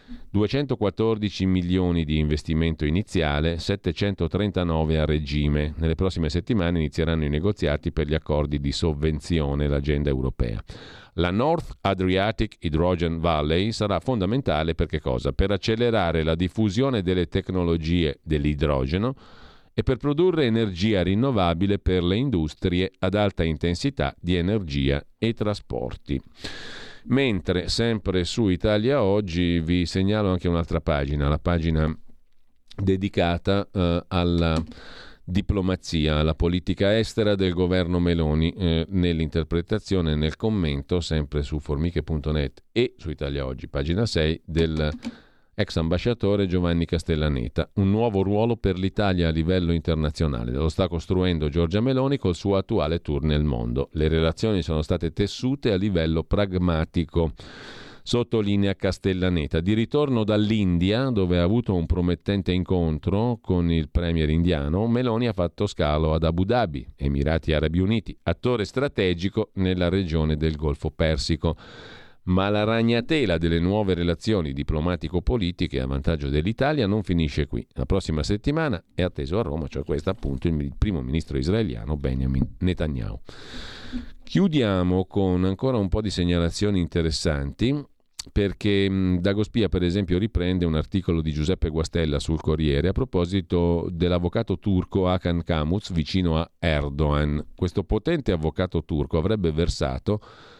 214 milioni di investimento iniziale, 739 a regime. Nelle prossime settimane inizieranno i negoziati per gli accordi di sovvenzione, l'agenda europea. La North Adriatic Hydrogen Valley sarà fondamentale per che cosa? Per accelerare la diffusione delle tecnologie dell'idrogeno e per produrre energia rinnovabile per le industrie ad alta intensità di energia e trasporti. Mentre, sempre su Italia Oggi, vi segnalo anche un'altra pagina, la pagina dedicata alla diplomazia, alla politica estera del governo Meloni, nell'interpretazione e nel commento, sempre su formiche.net e su Italia Oggi, pagina 6, del ex ambasciatore Giovanni Castellaneta. Un nuovo ruolo per l'Italia a livello internazionale. Lo sta costruendo Giorgia Meloni col suo attuale tour nel mondo. Le relazioni sono state tessute a livello pragmatico, sottolinea Castellaneta. Di ritorno dall'India, dove ha avuto un promettente incontro con il premier indiano, Meloni ha fatto scalo ad Abu Dhabi, Emirati Arabi Uniti, attore strategico nella regione del Golfo Persico. Ma la ragnatela delle nuove relazioni diplomatico-politiche a vantaggio dell'Italia non finisce qui. La prossima settimana è atteso a Roma, cioè questa appunto, il primo ministro israeliano Benjamin Netanyahu. Chiudiamo con ancora un po' di segnalazioni interessanti, perché Dagospia per esempio riprende un articolo di Giuseppe Guastella sul Corriere a proposito dell'avvocato turco Hakan Kamuz vicino a Erdogan. Questo potente avvocato turco avrebbe versato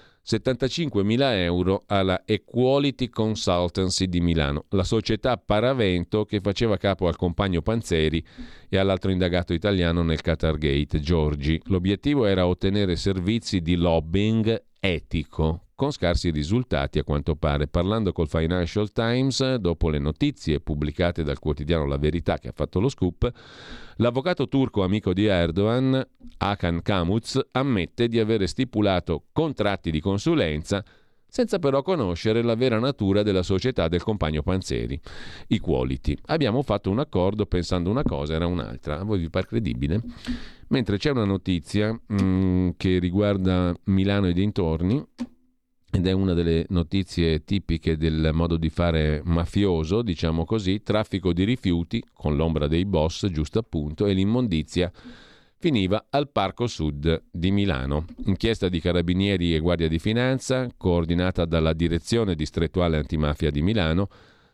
75.000 euro alla Equality Consultancy di Milano, la società paravento che faceva capo al compagno Panzeri e all'altro indagato italiano nel Qatargate, Giorgi. L'obiettivo era ottenere servizi di lobbying etico, con scarsi risultati a quanto pare. Parlando col Financial Times, dopo le notizie pubblicate dal quotidiano La Verità che ha fatto lo scoop, l'avvocato turco amico di Erdogan, Hakan Kamuz, ammette di avere stipulato contratti di consulenza senza però conoscere la vera natura della società del compagno Panzeri, Equality. Abbiamo fatto un accordo pensando una cosa, era un'altra. A voi vi pare credibile? Mentre c'è una notizia che riguarda Milano e dintorni, ed è una delle notizie tipiche del modo di fare mafioso, diciamo così: traffico di rifiuti con l'ombra dei boss, giusto appunto, e l'immondizia finiva al Parco Sud di Milano. Inchiesta di Carabinieri e Guardia di Finanza, coordinata dalla Direzione Distrettuale Antimafia di Milano.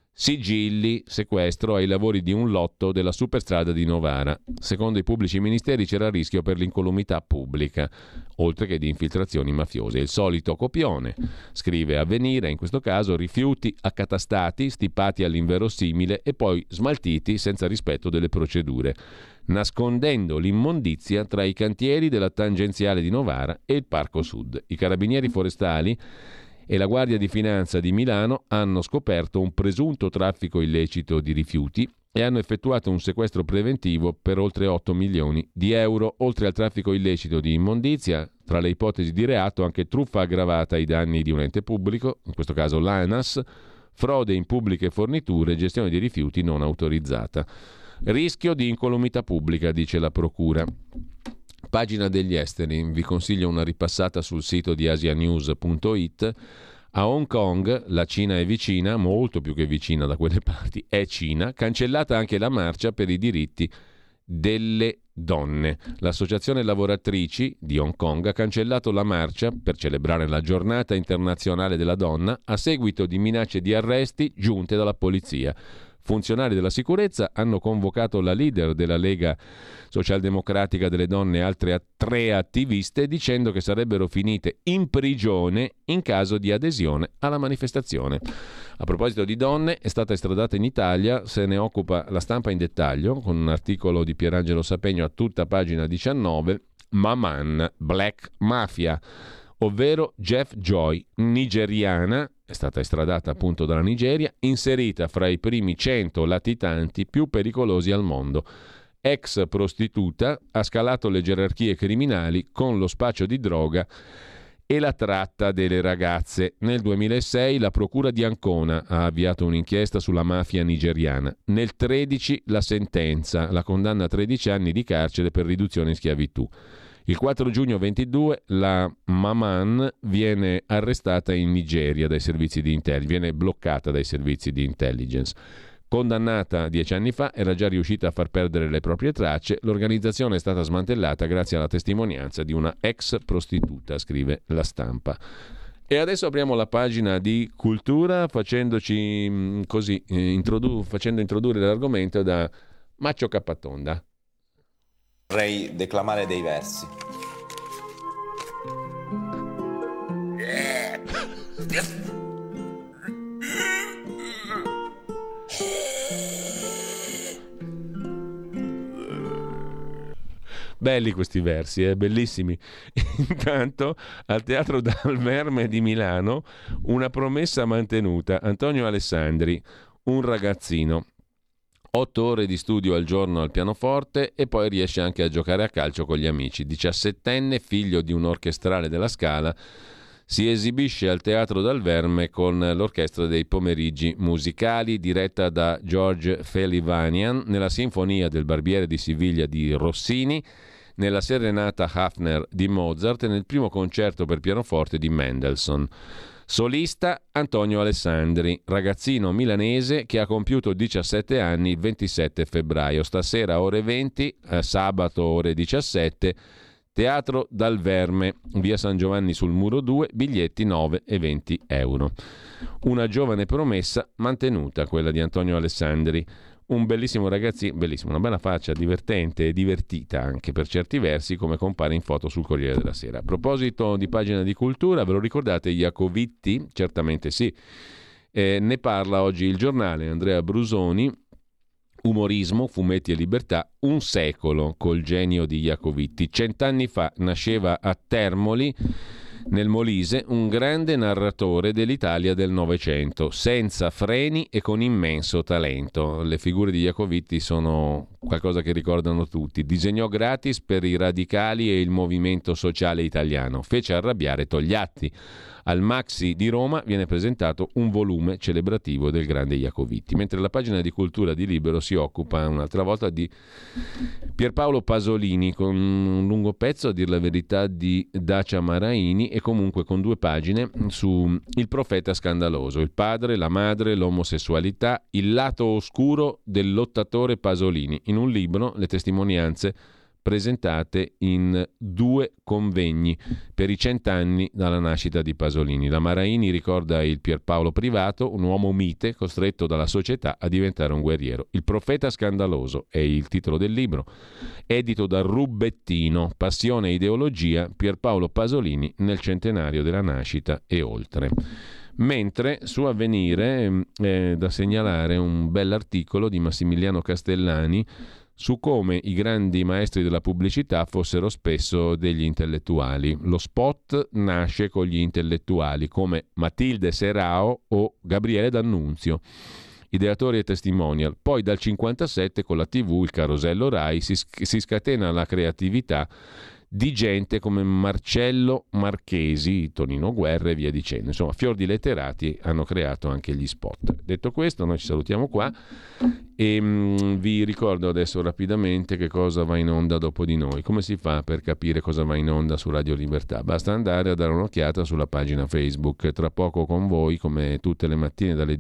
Sigilli, sequestro ai lavori di un lotto della superstrada di Novara. Secondo i pubblici ministeri c'era rischio per l'incolumità pubblica, oltre che di infiltrazioni mafiose. Il solito copione, scrive Avvenire, in questo caso rifiuti accatastati, stipati all'inverosimile e poi smaltiti senza rispetto delle procedure, nascondendo l'immondizia tra i cantieri della tangenziale di Novara e il Parco Sud. I carabinieri forestali e la Guardia di Finanza di Milano hanno scoperto un presunto traffico illecito di rifiuti e hanno effettuato un sequestro preventivo per oltre 8 milioni di euro. Oltre al traffico illecito di immondizia, tra le ipotesi di reato anche truffa aggravata ai danni di un ente pubblico, in questo caso l'ANAS, frode in pubbliche forniture e gestione di rifiuti non autorizzata. Rischio di incolumità pubblica, dice la Procura. Pagina degli esteri, vi consiglio una ripassata sul sito di asianews.it. A Hong Kong la Cina è vicina, molto più che vicina da quelle parti, è Cina, cancellata anche la marcia per i diritti delle donne. L'associazione lavoratrici di Hong Kong ha cancellato la marcia per celebrare la giornata internazionale della donna a seguito di minacce di arresti giunte dalla polizia. Funzionari della sicurezza hanno convocato la leader della Lega Socialdemocratica delle Donne e altre 3 attiviste dicendo che sarebbero finite in prigione in caso di adesione alla manifestazione. A proposito di donne, è stata estradata in Italia, se ne occupa La Stampa in dettaglio, con un articolo di Pierangelo Sapegno a tutta pagina 19, Maman, Black Mafia, ovvero Jeff Joy, nigeriana, è stata estradata appunto dalla Nigeria, inserita fra i primi 100 latitanti più pericolosi al mondo. Ex prostituta, ha scalato le gerarchie criminali con lo spaccio di droga e la tratta delle ragazze. Nel 2006 la Procura di Ancona ha avviato un'inchiesta sulla mafia nigeriana. Nel 2013 la sentenza, la condanna a 13 anni di carcere per riduzione in schiavitù. Il 4 giugno 22 la Maman viene arrestata in Nigeria dai servizi di intelligence, viene bloccata dai servizi di intelligence. Condannata 10 anni fa, era già riuscita a far perdere le proprie tracce. L'organizzazione è stata smantellata grazie alla testimonianza di una ex prostituta, scrive La Stampa. E adesso apriamo la pagina di cultura facendoci così, facendo introdurre l'argomento da Maccio Capatonda. Vorrei declamare dei versi. Belli questi versi, bellissimi. Intanto al Teatro Dal Verme di Milano una promessa mantenuta. Antonio Alessandri, un ragazzino, 8 ore di studio al giorno al pianoforte e poi riesce anche a giocare a calcio con gli amici. 17enne, figlio di un orchestrale della Scala, si esibisce al Teatro Dal Verme con l'Orchestra dei Pomeriggi Musicali diretta da George Felivanian, nella Sinfonia del Barbiere di Siviglia di Rossini, nella Serenata Hafner di Mozart e nel primo concerto per pianoforte di Mendelssohn. Solista Antonio Alessandri, ragazzino milanese che ha compiuto 17 anni il 27 febbraio. Stasera ore 20, sabato ore 17, Teatro Dal Verme, via San Giovanni sul Muro 2, biglietti 9 e 20 euro. Una giovane promessa mantenuta, quella di Antonio Alessandri. Un bellissimo ragazzino, bellissimo, una bella faccia, divertente e divertita anche per certi versi, come compare in foto sul Corriere della Sera. A proposito di pagina di cultura, ve lo ricordate Iacovitti? Certamente sì. Ne parla oggi il giornale, Andrea Brusoni. Umorismo, fumetti e libertà, un secolo col genio di Iacovitti. 100 anni fa nasceva a Termoli, nel Molise, un grande narratore dell'Italia del Novecento, senza freni e con immenso talento. Le figure di Iacovitti sono qualcosa che ricordano tutti. Disegnò gratis per i radicali e il movimento sociale italiano. Fece arrabbiare Togliatti. Al Maxi di Roma viene presentato un volume celebrativo del grande Iacovitti, mentre la pagina di cultura di Libero si occupa un'altra volta di Pierpaolo Pasolini, con un lungo pezzo, a dir la verità, di Dacia Maraini, e comunque con 2 pagine su Il profeta scandaloso, il padre, la madre, l'omosessualità, il lato oscuro del lottatore Pasolini. In un libro le testimonianze presentate in 2 convegni per i 100 anni dalla nascita di Pasolini. La Maraini ricorda il Pierpaolo privato, un uomo mite costretto dalla società a diventare un guerriero. Il profeta scandaloso è il titolo del libro, edito da Rubettino, Passione e ideologia, Pierpaolo Pasolini nel centenario della nascita e oltre. Mentre su Avvenire è da segnalare un bell'articolo di Massimiliano Castellani su come i grandi maestri della pubblicità fossero spesso degli intellettuali. Lo spot nasce con gli intellettuali come Matilde Serao o Gabriele D'Annunzio, ideatori e testimonial. Poi dal 57 con la TV, il carosello Rai, si scatena la creatività di gente come Marcello Marchesi, Tonino Guerra e via dicendo. Insomma, fior di letterati hanno creato anche gli spot. Detto questo, noi ci salutiamo qua e vi ricordo adesso rapidamente che cosa va in onda dopo di noi. Come si fa per capire cosa va in onda su Radio Libertà? Basta andare a dare un'occhiata sulla pagina Facebook. Tra poco con voi, come tutte le mattine dalle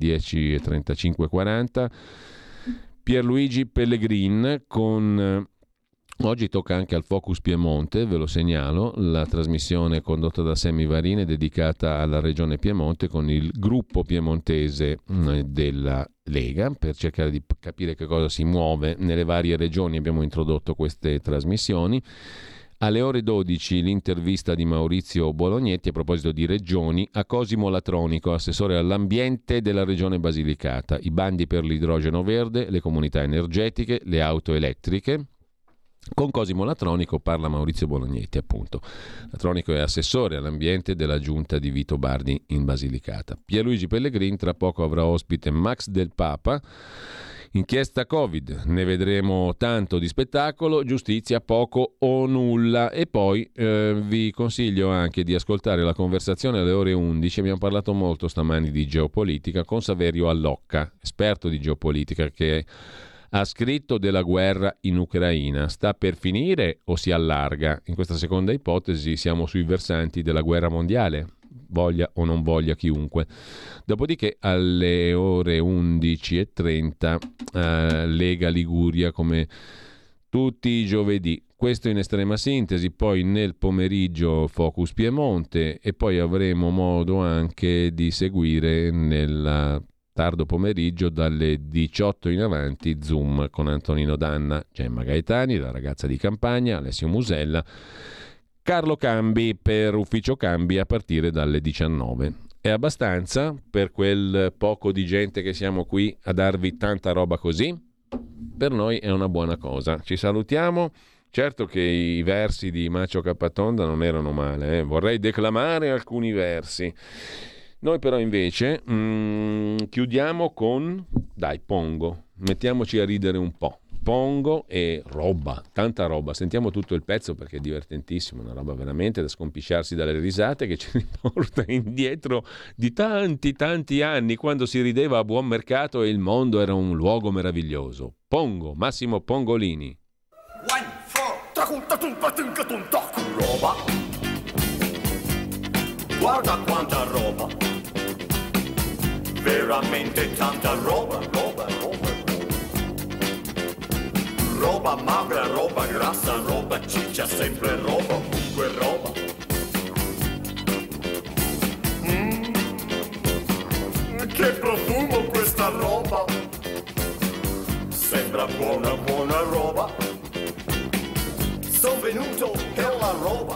10:35-40, Pierluigi Pellegrin con Oggi tocca anche al Focus Piemonte, ve lo segnalo, la trasmissione condotta da Sammy Varin è dedicata alla regione Piemonte con il gruppo piemontese della Lega, per cercare di capire che cosa si muove nelle varie regioni. Abbiamo introdotto queste trasmissioni. Alle ore 12 l'intervista di Maurizio Bolognetti a proposito di regioni a Cosimo Latronico, assessore all'ambiente della regione Basilicata, i bandi per l'idrogeno verde, le comunità energetiche, le auto elettriche. Con Cosimo Latronico parla Maurizio Bolognetti, appunto. Latronico è assessore all'ambiente della giunta di Vito Bardi in Basilicata. Pierluigi Pellegrin tra poco avrà ospite Max Del Papa. Inchiesta Covid, ne vedremo tanto di spettacolo, giustizia poco o nulla. E poi vi consiglio anche di ascoltare la conversazione alle ore 11. Abbiamo parlato molto stamani di geopolitica con Saverio Allocca, esperto di geopolitica, che ha scritto della guerra in Ucraina. Sta per finire o si allarga? In questa seconda ipotesi siamo sui versanti della guerra mondiale, voglia o non voglia chiunque. Dopodiché alle ore 11:30 Lega Liguria come tutti i giovedì. Questo in estrema sintesi. Poi nel pomeriggio Focus Piemonte e poi avremo modo anche di seguire nel tardo pomeriggio dalle 18 in avanti Zoom con Antonino Danna, Gemma Gaetani, la ragazza di campagna, Alessio Musella, Carlo Cambi per Ufficio Cambi a partire dalle 19. È abbastanza per quel poco di gente che siamo qui a darvi tanta roba così? Per noi è una buona cosa. Ci salutiamo. Certo che i versi di Macio Capatonda non erano male, vorrei declamare alcuni versi. Noi però invece chiudiamo con, Pongo, mettiamoci a ridere un po'. Pongo e roba, tanta roba. Sentiamo tutto il pezzo perché è divertentissimo, una roba veramente da scompisciarsi dalle risate che ci riporta indietro di tanti anni, quando si rideva a buon mercato e il mondo era un luogo meraviglioso. Pongo, Massimo Pongolini. Roba, guarda quanta roba, veramente tanta roba, roba magra, roba grassa, roba ciccia, sempre roba, ovunque roba. Che profumo questa roba, sembra buona roba. Sono venuto per la roba,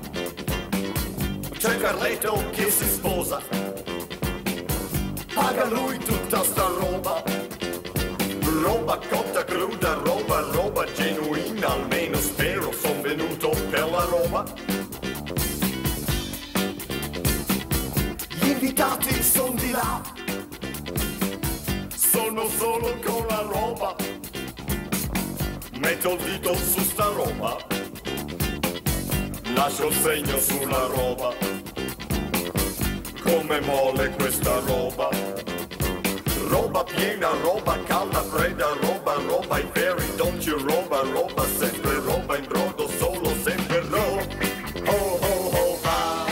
c'è Carletto che si sposa, paga lui tutta sta roba, roba cotta cruda, roba genuina, almeno spero, son venuto per la roba. Gli invitati son di là, sono solo con la roba, metto il dito su sta roba, lascio il segno sulla roba, come mole questa roba, roba piena, roba calda, fredda, roba i ferri, don't you roba, sempre roba in brodo, solo sempre roba, oh oh oh va.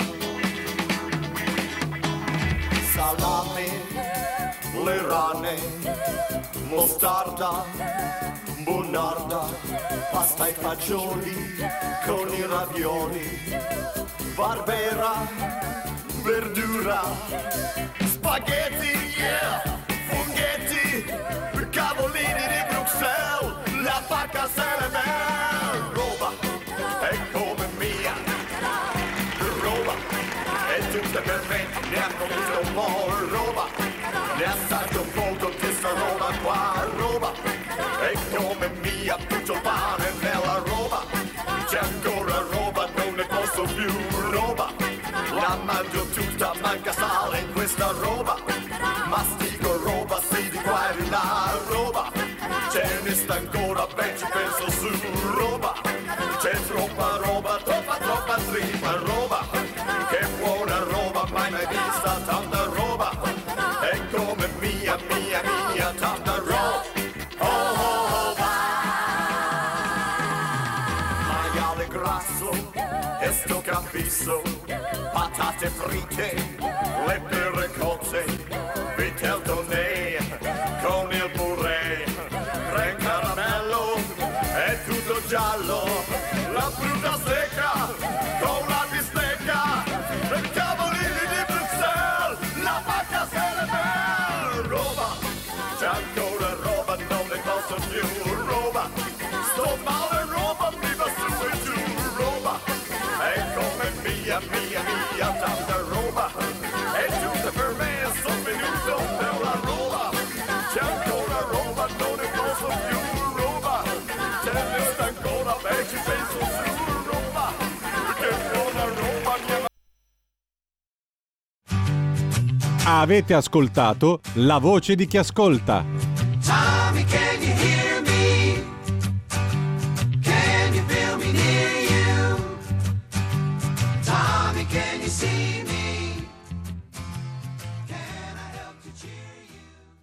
Salame, le rane, mostarda, buonarda, pasta e fagioli con i ravioli, barbera, verdura, spaghetti, yeah, funghetti, cavolini di Bruxelles, la vacca Cerebel, roba è come mia, roba è tutta per me, ne ha cominciato un po', roba, ne assaggio un po' con questa roba qua, roba è come mia, tutto il pane nella roba, c'è ancora roba, non ne posso più, roba, la mangio tutta, manca sale in questa roba, mastico roba, sì di qua e di là, roba, ce ne sta ancora, beh ci penso su, roba, c'è troppa roba, troppa trippa roba, che buona roba, mai vista tanta roba, è come mia, tanta roba, oh, maiale grasso, e sto capisso, patate fritte, le pere cozze, vitel tonè, con il purè, re caramello, è tutto giallo, la frutta secca con la bistecca, i cavolini di Bruxelles, la vacca se ne bel. Roba, c'è ancora roba, non ne posso più. Roba, sto male, roba, mi va su e giù. Roba, è come mia, tanta roba, è giusta per me, sono venuto per la roba. C'è ancora roba, non ne posso più. Roba, ce ne sta ancora, beh, ci penso su. Roba, che buona roba mia. Avete ascoltato La voce di chi ascolta.